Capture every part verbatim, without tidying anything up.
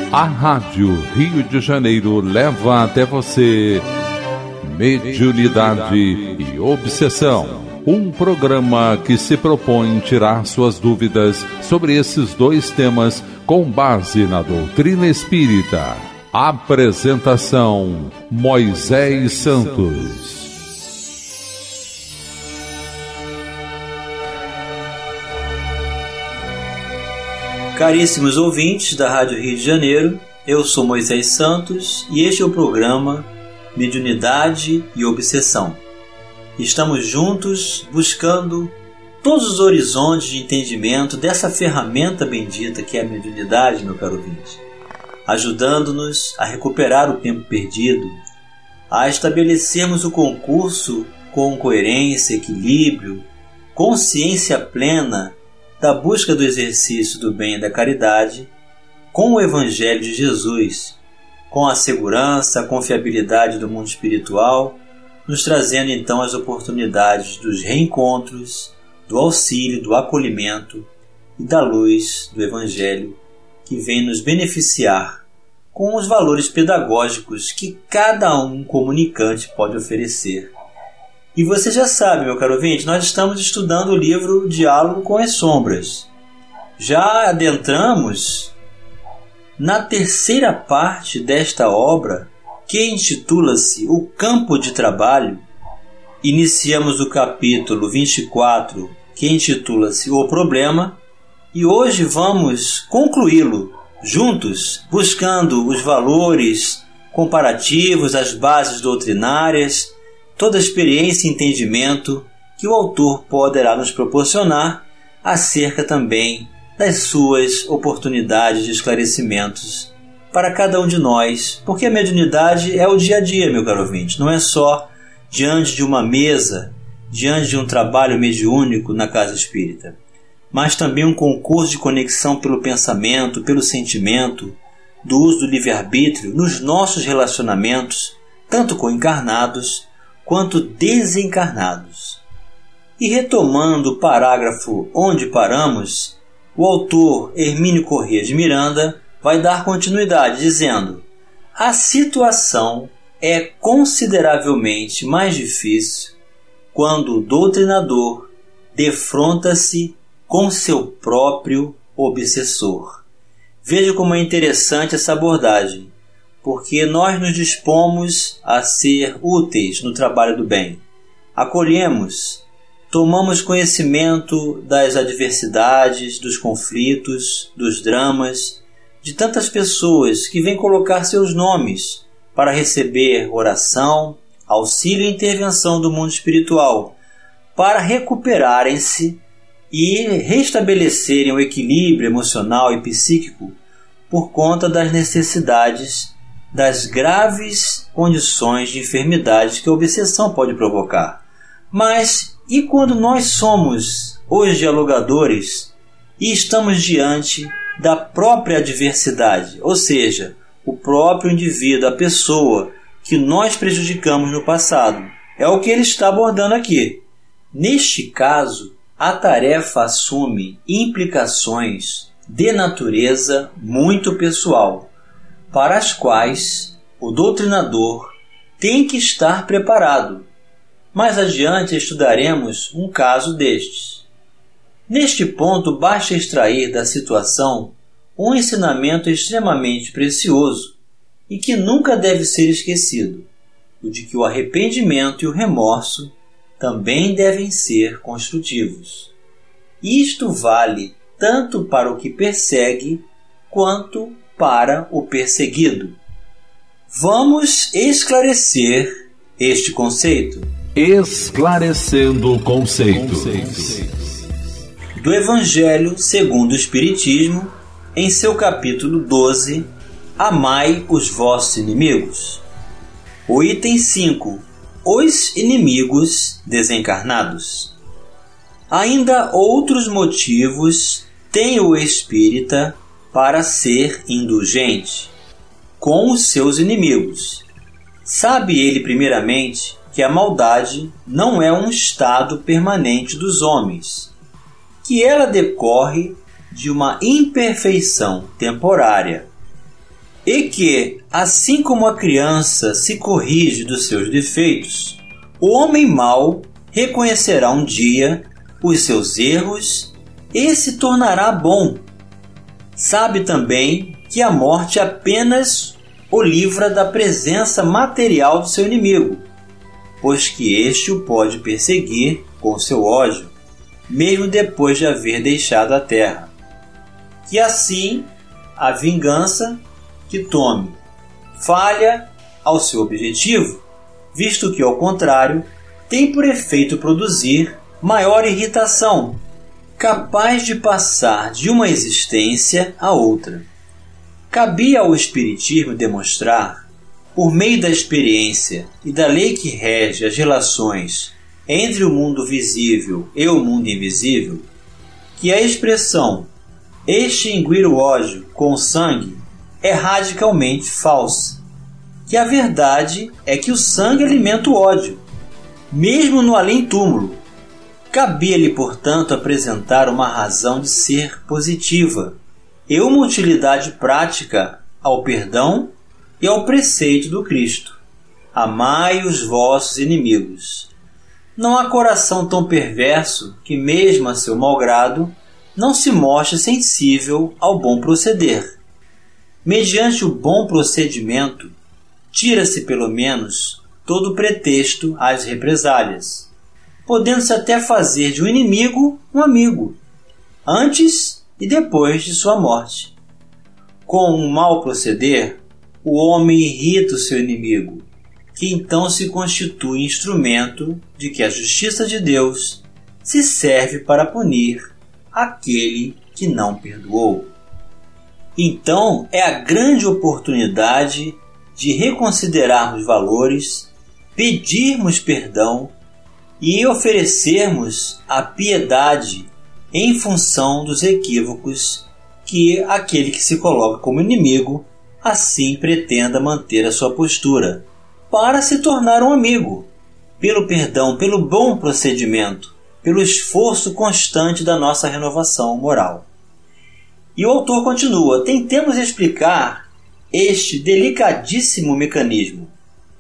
A Rádio Rio de Janeiro leva até você Mediunidade e Obsessão, um programa que se propõe tirar suas dúvidas sobre esses dois temas com base na doutrina espírita. Apresentação: Moisés Santos. Caríssimos ouvintes da Rádio Rio de Janeiro, eu sou Moisés Santos e este é o programa Mediunidade e Obsessão. Estamos juntos buscando todos os horizontes de entendimento dessa ferramenta bendita que é a mediunidade, meu caro ouvinte, ajudando-nos a recuperar o tempo perdido, a estabelecermos o concurso com coerência, equilíbrio, consciência plena da busca do exercício do bem e da caridade, com o Evangelho de Jesus, com a segurança, a confiabilidade do mundo espiritual, nos trazendo então as oportunidades dos reencontros, do auxílio, do acolhimento e da luz do Evangelho, que vem nos beneficiar com os valores pedagógicos que cada um comunicante pode oferecer. E você já sabe, meu caro ouvinte, nós estamos estudando o livro Diálogo com as Sombras. Já adentramos na terceira parte desta obra, que intitula-se O Campo de Trabalho. Iniciamos o capítulo vinte e quatro, que intitula-se O Problema, e hoje vamos concluí-lo juntos, buscando os valores comparativos, as bases doutrinárias, toda a experiência e entendimento que o autor poderá nos proporcionar acerca também das suas oportunidades de esclarecimentos para cada um de nós, porque a mediunidade é o dia a dia, meu caro ouvinte, não é só diante de uma mesa, diante de um trabalho mediúnico na casa espírita, mas também um concurso de conexão pelo pensamento, pelo sentimento, do uso do livre-arbítrio nos nossos relacionamentos, tanto com encarnados quanto desencarnados. E retomando o parágrafo onde paramos, o autor Hermínio Corrêa de Miranda vai dar continuidade dizendo: a situação é consideravelmente mais difícil quando o doutrinador defronta-se com seu próprio obsessor. Veja como é interessante essa abordagem, porque nós nos dispomos a ser úteis no trabalho do bem. Acolhemos, tomamos conhecimento das adversidades, dos conflitos, dos dramas, de tantas pessoas que vêm colocar seus nomes para receber oração, auxílio e intervenção do mundo espiritual, para recuperarem-se e restabelecerem o equilíbrio emocional e psíquico por conta das necessidades das graves condições de enfermidade que a obsessão pode provocar. Mas e quando nós somos os dialogadores e estamos diante da própria adversidade, ou seja, o próprio indivíduo, a pessoa que nós prejudicamos no passado? É o que ele está abordando aqui. Neste caso, a tarefa assume implicações de natureza muito pessoal, para as quais o doutrinador tem que estar preparado. Mais adiante estudaremos um caso destes. Neste ponto, basta extrair da situação um ensinamento extremamente precioso e que nunca deve ser esquecido, o de que o arrependimento e o remorso também devem ser construtivos. Isto vale tanto para o que persegue quanto para o perseguido. Vamos esclarecer este conceito. Esclarecendo conceitos. Do Evangelho segundo o Espiritismo, em seu capítulo doze, Amai os vossos inimigos. O item cinco, os inimigos desencarnados. Ainda outros motivos tem o espírita para ser indulgente com os seus inimigos. Sabe ele, primeiramente, que a maldade não é um estado permanente dos homens, que ela decorre de uma imperfeição temporária, e que, assim como a criança se corrige dos seus defeitos, o homem mau reconhecerá um dia os seus erros e se tornará bom. Sabe também que a morte apenas o livra da presença material do seu inimigo, pois que este o pode perseguir com seu ódio, mesmo depois de haver deixado a terra. Que assim a vingança que tome falha ao seu objetivo, visto que, ao contrário, tem por efeito produzir maior irritação, capaz de passar de uma existência a outra. Cabia ao Espiritismo demonstrar, por meio da experiência e da lei que rege as relações entre o mundo visível e o mundo invisível, que a expressão extinguir o ódio com sangue é radicalmente falsa, que a verdade é que o sangue alimenta o ódio, mesmo no além-túmulo. Cabia-lhe, portanto, apresentar uma razão de ser positiva e uma utilidade prática ao perdão e ao preceito do Cristo: amai os vossos inimigos. Não há coração tão perverso que, mesmo a seu malgrado, não se mostre sensível ao bom proceder. Mediante o bom procedimento, tira-se pelo menos todo o pretexto às represálias, podendo-se até fazer de um inimigo um amigo, antes e depois de sua morte. Com um mau proceder, o homem irrita o seu inimigo, que então se constitui instrumento de que a justiça de Deus se serve para punir aquele que não perdoou. Então é a grande oportunidade de reconsiderarmos valores, pedirmos perdão e oferecermos a piedade em função dos equívocos que aquele que se coloca como inimigo assim pretenda manter a sua postura, para se tornar um amigo, pelo perdão, pelo bom procedimento, pelo esforço constante da nossa renovação moral. E o autor continua: tentemos explicar este delicadíssimo mecanismo.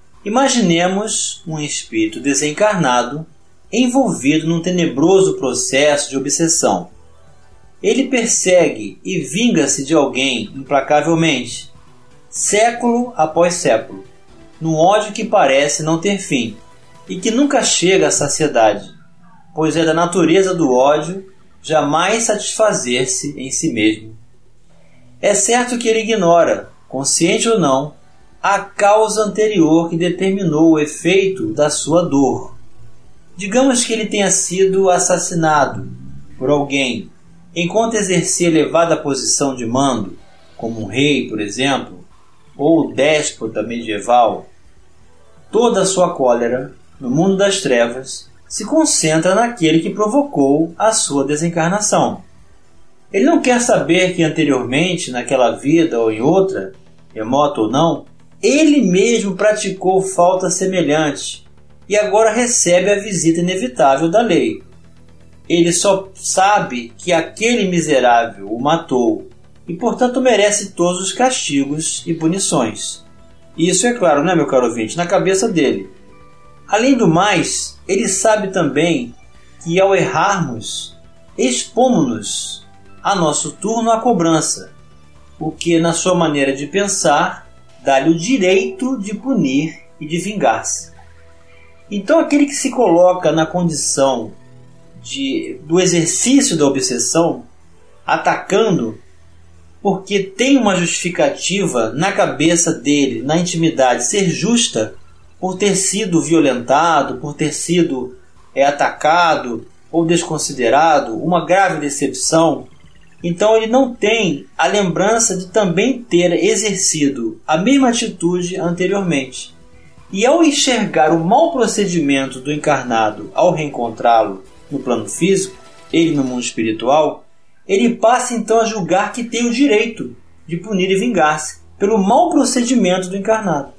Imaginemos um espírito desencarnado envolvido num tenebroso processo de obsessão. Ele persegue e vinga-se de alguém implacavelmente, século após século, num ódio que parece não ter fim e que nunca chega à saciedade, pois é da natureza do ódio jamais satisfazer-se em si mesmo. É certo que ele ignora, consciente ou não, a causa anterior que determinou o efeito da sua dor. Digamos que ele tenha sido assassinado por alguém enquanto exercia elevada posição de mando, como um rei, por exemplo, ou déspota medieval. Toda a sua cólera, no mundo das trevas, se concentra naquele que provocou a sua desencarnação. Ele não quer saber que anteriormente, naquela vida ou em outra, remota ou não, ele mesmo praticou falta semelhante e agora recebe a visita inevitável da lei. Ele só sabe que aquele miserável o matou e, portanto, merece todos os castigos e punições. Isso é claro, né, meu caro ouvinte, na cabeça dele. Além do mais, ele sabe também que, ao errarmos, expomos-nos a nosso turno à cobrança, o que, na sua maneira de pensar, dá-lhe o direito de punir e de vingar-se. Então, aquele que se coloca na condição de, do exercício da obsessão, atacando, porque tem uma justificativa na cabeça dele, na intimidade, ser justa, por ter sido violentado, por ter sido é, atacado ou desconsiderado, uma grave decepção. Então ele não tem a lembrança de também ter exercido a mesma atitude anteriormente. E ao enxergar o mau procedimento do encarnado ao reencontrá-lo no plano físico, ele no mundo espiritual, ele passa então a julgar que tem o direito de punir e vingar-se pelo mau procedimento do encarnado.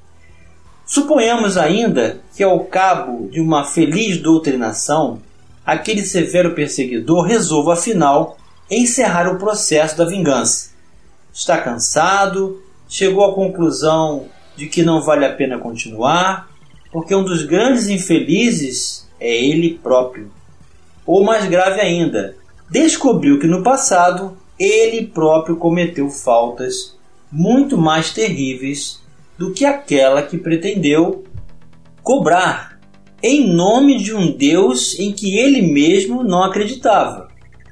Suponhamos ainda que, ao cabo de uma feliz doutrinação, aquele severo perseguidor resolva, afinal, encerrar o processo da vingança. Está cansado, chegou à conclusão de que não vale a pena continuar, porque um dos grandes infelizes é ele próprio. Ou mais grave ainda, descobriu que no passado ele próprio cometeu faltas muito mais terríveis do que aquela que pretendeu cobrar em nome de um Deus em que ele mesmo não acreditava.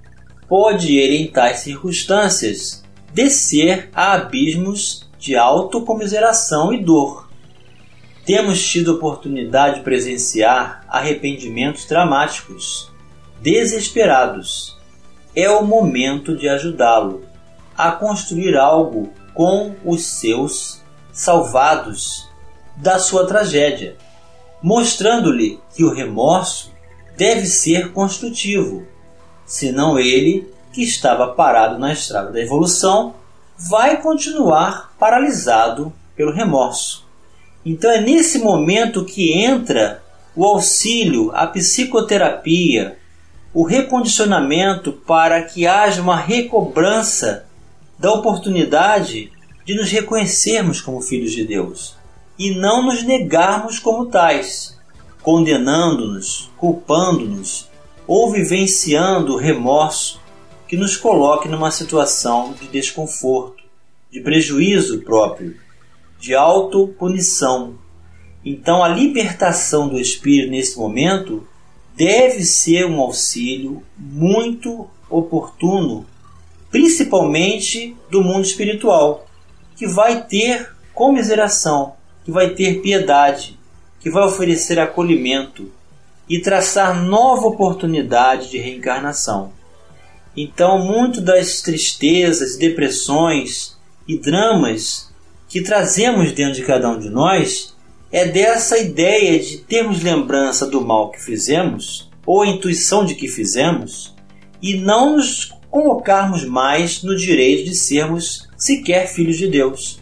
Pode ele, em tais circunstâncias, descer a abismos de autocomiseração e dor. Temos tido oportunidade de presenciar arrependimentos dramáticos, desesperados. É o momento de ajudá-lo a construir algo com os seus salvados da sua tragédia, mostrando-lhe que o remorso deve ser construtivo, senão ele, que estava parado na estrada da evolução, vai continuar paralisado pelo remorso. Então é nesse momento que entra o auxílio, a psicoterapia, o recondicionamento para que haja uma recobrança da oportunidade de nos reconhecermos como filhos de Deus e não nos negarmos como tais, condenando-nos, culpando-nos ou vivenciando o remorso que nos coloque numa situação de desconforto, de prejuízo próprio, de autopunição. Então a libertação do espírito nesse momento deve ser um auxílio muito oportuno, principalmente do mundo espiritual, que vai ter comiseração, que vai ter piedade, que vai oferecer acolhimento e traçar nova oportunidade de reencarnação. Então, muito das tristezas, depressões e dramas que trazemos dentro de cada um de nós é dessa ideia de termos lembrança do mal que fizemos, ou a intuição de que fizemos, e não nos colocarmos mais no direito de sermos sequer filhos de Deus.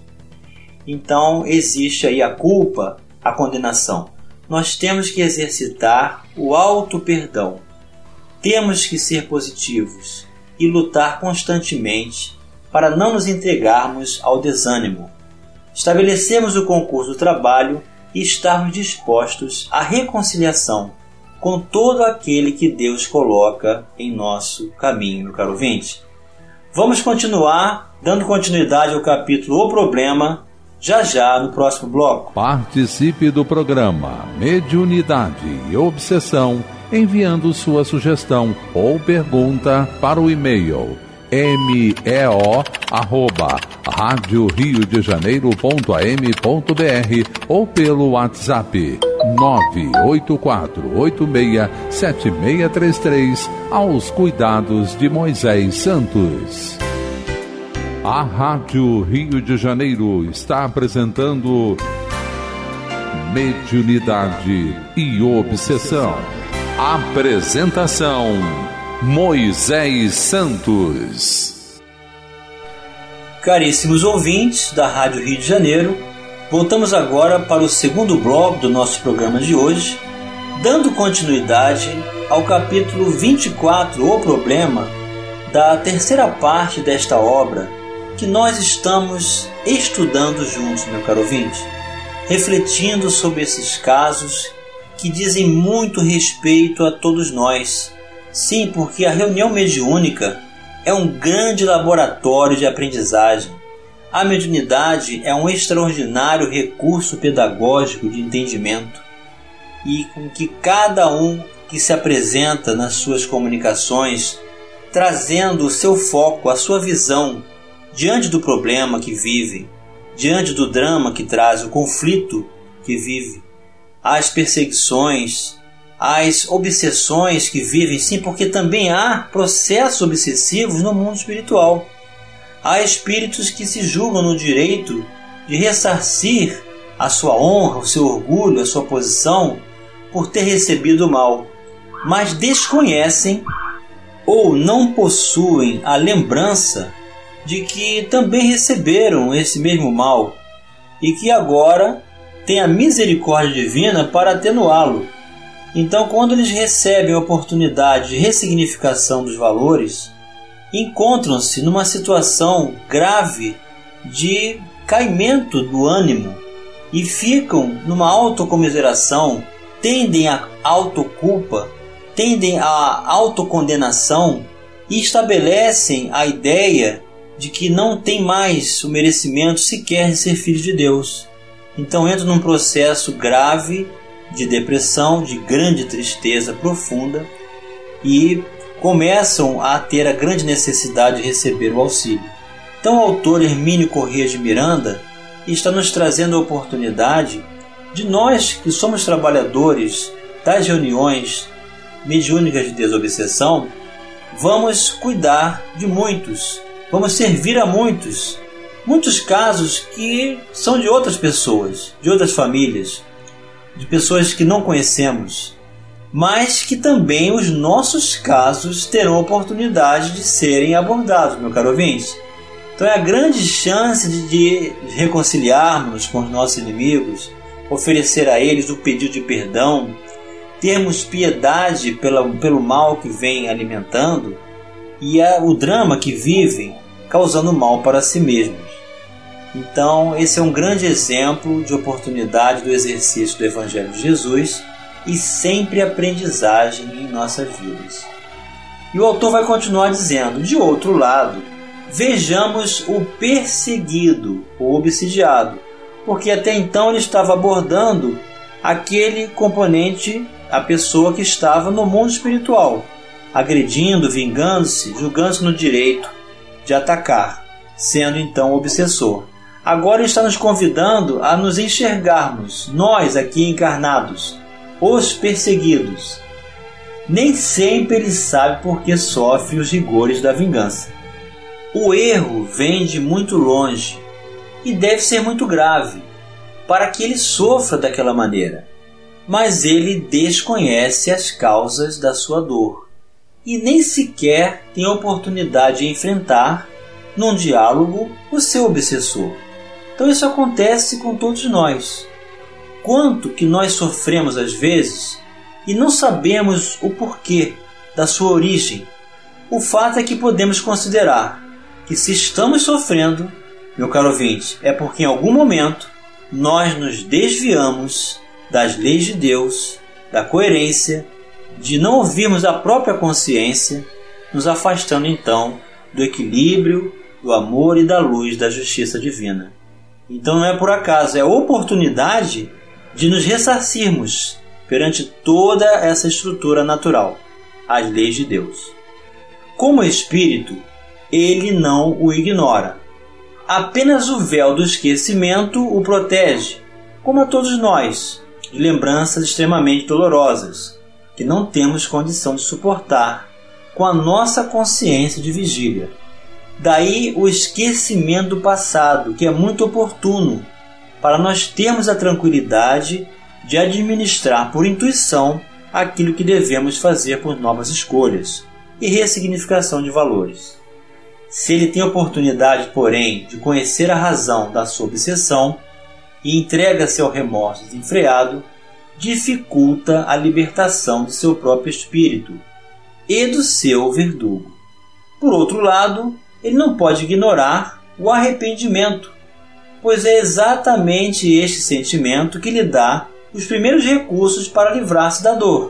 Então existe aí a culpa, a condenação. Nós temos que exercitar o auto-perdão. Temos que ser positivos e lutar constantemente para não nos entregarmos ao desânimo. Estabelecemos o concurso do trabalho e estarmos dispostos à reconciliação com todo aquele que Deus coloca em nosso caminho, meu caro ouvinte. Vamos continuar dando continuidade ao capítulo O Problema, já já no próximo bloco. Participe do programa Mediunidade e Obsessão enviando sua sugestão ou pergunta para o e-mail meo arroba rádio rio de janeiro ponto a m ponto b r ou pelo WhatsApp nove oito quatro oito seis sete seis três três aos cuidados de Moisés Santos. A Rádio Rio de Janeiro está apresentando Mediunidade e Obsessão. Apresentação Moisés Santos. Caríssimos ouvintes da Rádio Rio de Janeiro, voltamos agora para o segundo bloco do nosso programa de hoje, dando continuidade ao capítulo vinte e quatro, O Problema, da terceira parte desta obra que nós estamos estudando juntos, meu caro ouvinte, refletindo sobre esses casos que dizem muito respeito a todos nós. Sim, porque a reunião mediúnica é um grande laboratório de aprendizagem. A mediunidade é um extraordinário recurso pedagógico de entendimento e com que cada um que se apresenta nas suas comunicações, trazendo o seu foco, a sua visão diante do problema que vive, diante do drama que traz, o conflito que vive, as perseguições, as obsessões que vivem, sim, porque também há processos obsessivos no mundo espiritual. Há espíritos que se julgam no direito de ressarcir a sua honra, o seu orgulho, a sua posição por ter recebido o mal, mas desconhecem ou não possuem a lembrança de que também receberam esse mesmo mal e que agora tem a misericórdia divina para atenuá-lo. Então, quando eles recebem a oportunidade de ressignificação dos valores, encontram-se numa situação grave de caimento do ânimo e ficam numa autocomiseração, tendem à autoculpa, tendem à autocondenação e estabelecem a ideia de que não tem mais o merecimento sequer de ser filho de Deus. Então entram num processo grave de depressão, de grande tristeza profunda e começam a ter a grande necessidade de receber o auxílio. Então o autor Hermínio Corrêa de Miranda está nos trazendo a oportunidade de nós que somos trabalhadores das reuniões mediúnicas de desobsessão, vamos cuidar de muitos, vamos servir a muitos, muitos casos que são de outras pessoas, de outras famílias, de pessoas que não conhecemos, mas que também os nossos casos terão oportunidade de serem abordados, meu caro ouvinte. Então é a grande chance de, de reconciliarmos com os nossos inimigos, oferecer a eles o pedido de perdão, termos piedade pela, pelo mal que vem alimentando e a, o drama que vivem causando mal para si mesmos. Então esse é um grande exemplo de oportunidade do exercício do Evangelho de Jesus e sempre aprendizagem em nossas vidas. E o autor vai continuar dizendo: de outro lado, vejamos o perseguido ou obsidiado, porque até então ele estava abordando aquele componente, a pessoa que estava no mundo espiritual, agredindo, vingando-se, julgando-se no direito de atacar, sendo então o obsessor. Agora ele está nos convidando a nos enxergarmos, nós aqui encarnados, os perseguidos. Nem sempre ele sabe por que sofre os rigores da vingança. O erro vem de muito longe e deve ser muito grave para que ele sofra daquela maneira. Mas ele desconhece as causas da sua dor e nem sequer tem a oportunidade de enfrentar, num diálogo, o seu obsessor. Então isso acontece com todos nós. Quanto que nós sofremos às vezes e não sabemos o porquê da sua origem. O fato é que podemos considerar que se estamos sofrendo, meu caro ouvinte, é porque em algum momento nós nos desviamos das leis de Deus, da coerência, de não ouvirmos a própria consciência, nos afastando então do equilíbrio, do amor e da luz da justiça divina. Então não é por acaso, é a oportunidade de nos ressarcirmos perante toda essa estrutura natural, as leis de Deus. Como espírito, ele não o ignora. Apenas o véu do esquecimento o protege, como a todos nós, de lembranças extremamente dolorosas, que não temos condição de suportar com a nossa consciência de vigília. Daí o esquecimento do passado, que é muito oportuno para nós termos a tranquilidade de administrar por intuição aquilo que devemos fazer por novas escolhas e ressignificação de valores. Se ele tem oportunidade, porém, de conhecer a razão da sua obsessão e entrega-se ao remorso desenfreado, dificulta a libertação de seu próprio espírito e do seu verdugo. Por outro lado, ele não pode ignorar o arrependimento, pois é exatamente este sentimento que lhe dá os primeiros recursos para livrar-se da dor.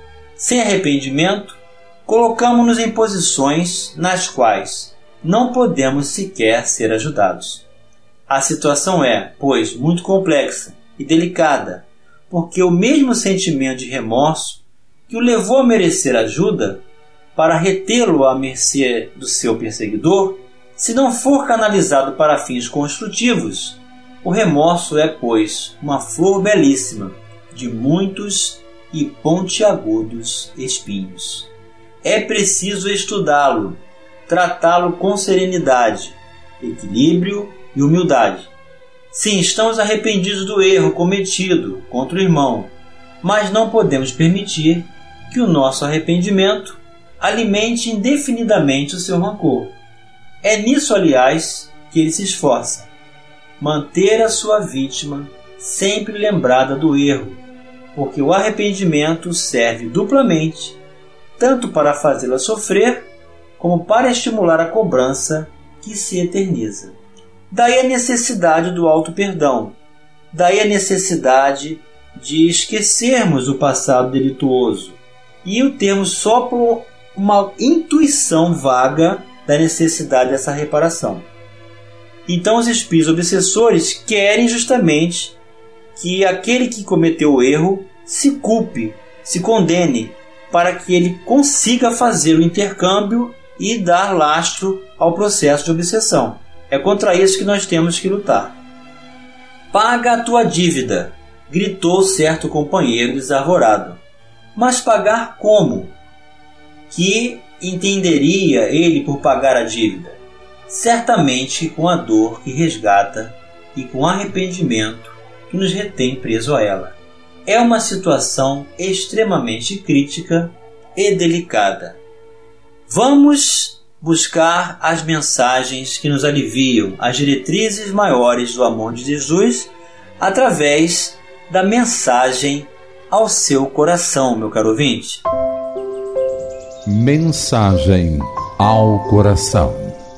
Sem arrependimento, colocamos-nos em posições nas quais não podemos sequer ser ajudados. A situação é, pois, muito complexa e delicada, porque o mesmo sentimento de remorso que o levou a merecer ajuda, para retê-lo à mercê do seu perseguidor, se não for canalizado para fins construtivos, o remorso é, pois, uma flor belíssima de muitos e pontiagudos espinhos. É preciso estudá-lo, tratá-lo com serenidade, equilíbrio e humildade. Sim, estamos arrependidos do erro cometido contra o irmão, mas não podemos permitir que o nosso arrependimento alimente indefinidamente o seu rancor. É nisso, aliás, que ele se esforça: manter a sua vítima sempre lembrada do erro, porque o arrependimento serve duplamente, tanto para fazê-la sofrer, como para estimular a cobrança que se eterniza. Daí a necessidade do auto-perdão. Daí a necessidade de esquecermos o passado delituoso e o termos só por uma intuição vaga da necessidade dessa reparação. Então os espíritos obsessores querem justamente que aquele que cometeu o erro se culpe, se condene, para que ele consiga fazer o intercâmbio e dar lastro ao processo de obsessão. É contra isso que nós temos que lutar. Paga a tua dívida, gritou certo companheiro desarvorado. Mas pagar como? Que entenderia ele por pagar a dívida? Certamente com a dor que resgata e com arrependimento que nos retém preso a ela. É uma situação extremamente crítica e delicada. Vamos buscar as mensagens que nos aliviam, as diretrizes maiores do amor de Jesus, através da mensagem ao seu coração, meu caro ouvinte. Mensagem ao coração.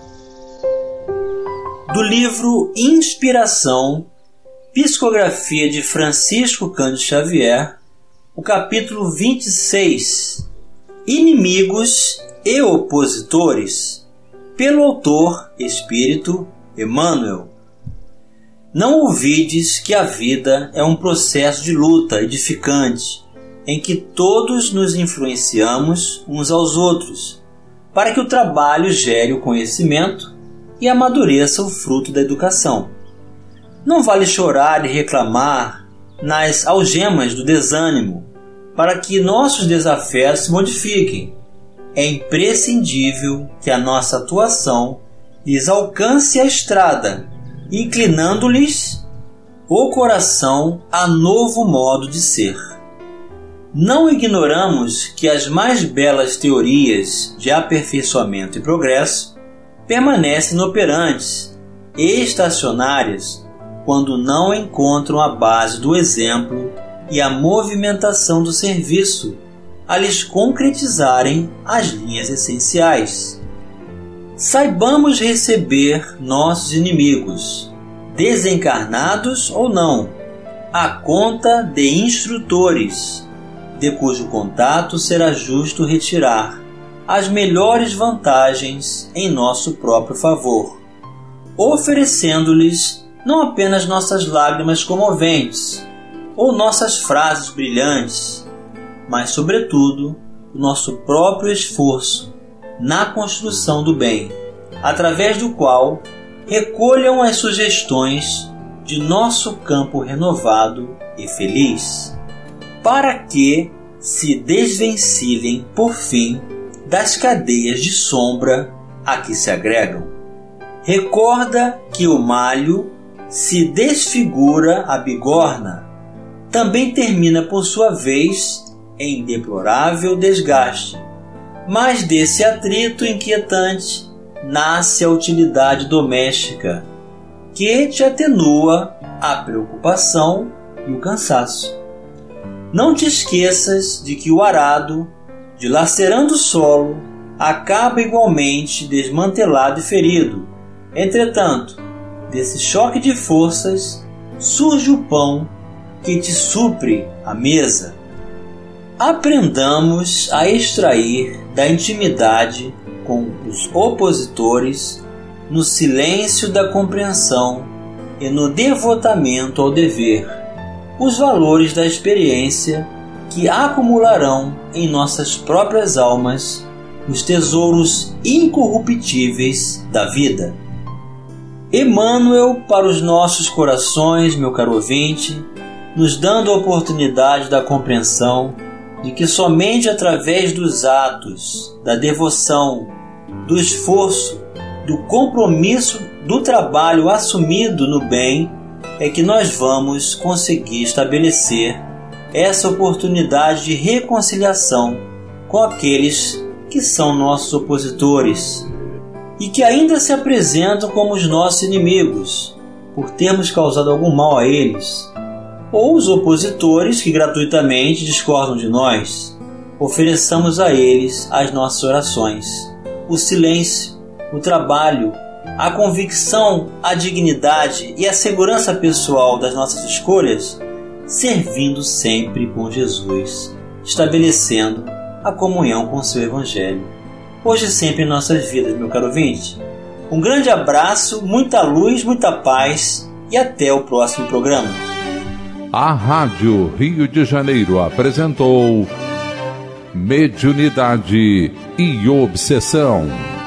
Do livro Inspiração, Psicografia de Francisco Cândido Xavier, o capítulo vinte e seis, Inimigos e Opositores, pelo autor Espírito Emmanuel. Não ouvides que a vida é um processo de luta edificante, em que todos nos influenciamos uns aos outros, para que o trabalho gere o conhecimento e amadureça o fruto da educação. Não vale chorar e reclamar nas algemas do desânimo, para que nossos desafetos se modifiquem. É imprescindível que a nossa atuação lhes alcance a estrada, inclinando-lhes o coração a novo modo de ser. Não ignoramos que as mais belas teorias de aperfeiçoamento e progresso permanecem inoperantes e estacionárias quando não encontram a base do exemplo e a movimentação do serviço a lhes concretizarem as linhas essenciais. Saibamos receber nossos inimigos, desencarnados ou não, à conta de instrutores, de cujo contato será justo retirar as melhores vantagens em nosso próprio favor, oferecendo-lhes não apenas nossas lágrimas comoventes ou nossas frases brilhantes, mas, sobretudo, o nosso próprio esforço na construção do bem, através do qual recolham as sugestões de nosso campo renovado e feliz, para que se desvencilhem, por fim, das cadeias de sombra a que se agregam. Recorda que o malho se desfigura a bigorna, também termina por sua vez em deplorável desgaste, mas desse atrito inquietante nasce a utilidade doméstica, que te atenua a preocupação e o cansaço. Não te esqueças de que o arado, dilacerando o solo, acaba igualmente desmantelado e ferido. Entretanto, desse choque de forças surge o pão que te supre a mesa. Aprendamos a extrair da intimidade com os opositores, no silêncio da compreensão e no devotamento ao dever, os valores da experiência que acumularão em nossas próprias almas os tesouros incorruptíveis da vida. Emmanuel para os nossos corações, meu caro ouvinte, nos dando a oportunidade da compreensão de que somente através dos atos, da devoção, do esforço, do compromisso, do trabalho assumido no bem, é que nós vamos conseguir estabelecer essa oportunidade de reconciliação com aqueles que são nossos opositores e que ainda se apresentam como os nossos inimigos, por termos causado algum mal a eles, ou os opositores que gratuitamente discordam de nós. Ofereçamos a eles as nossas orações, o silêncio, o trabalho a convicção, a dignidade e a segurança pessoal das nossas escolhas, servindo sempre com Jesus, estabelecendo a comunhão com o seu Evangelho, hoje e sempre em nossas vidas, meu caro ouvinte. Um grande abraço, muita luz, muita paz e até o próximo programa. A Rádio Rio de Janeiro apresentou Mediunidade e Obsessão.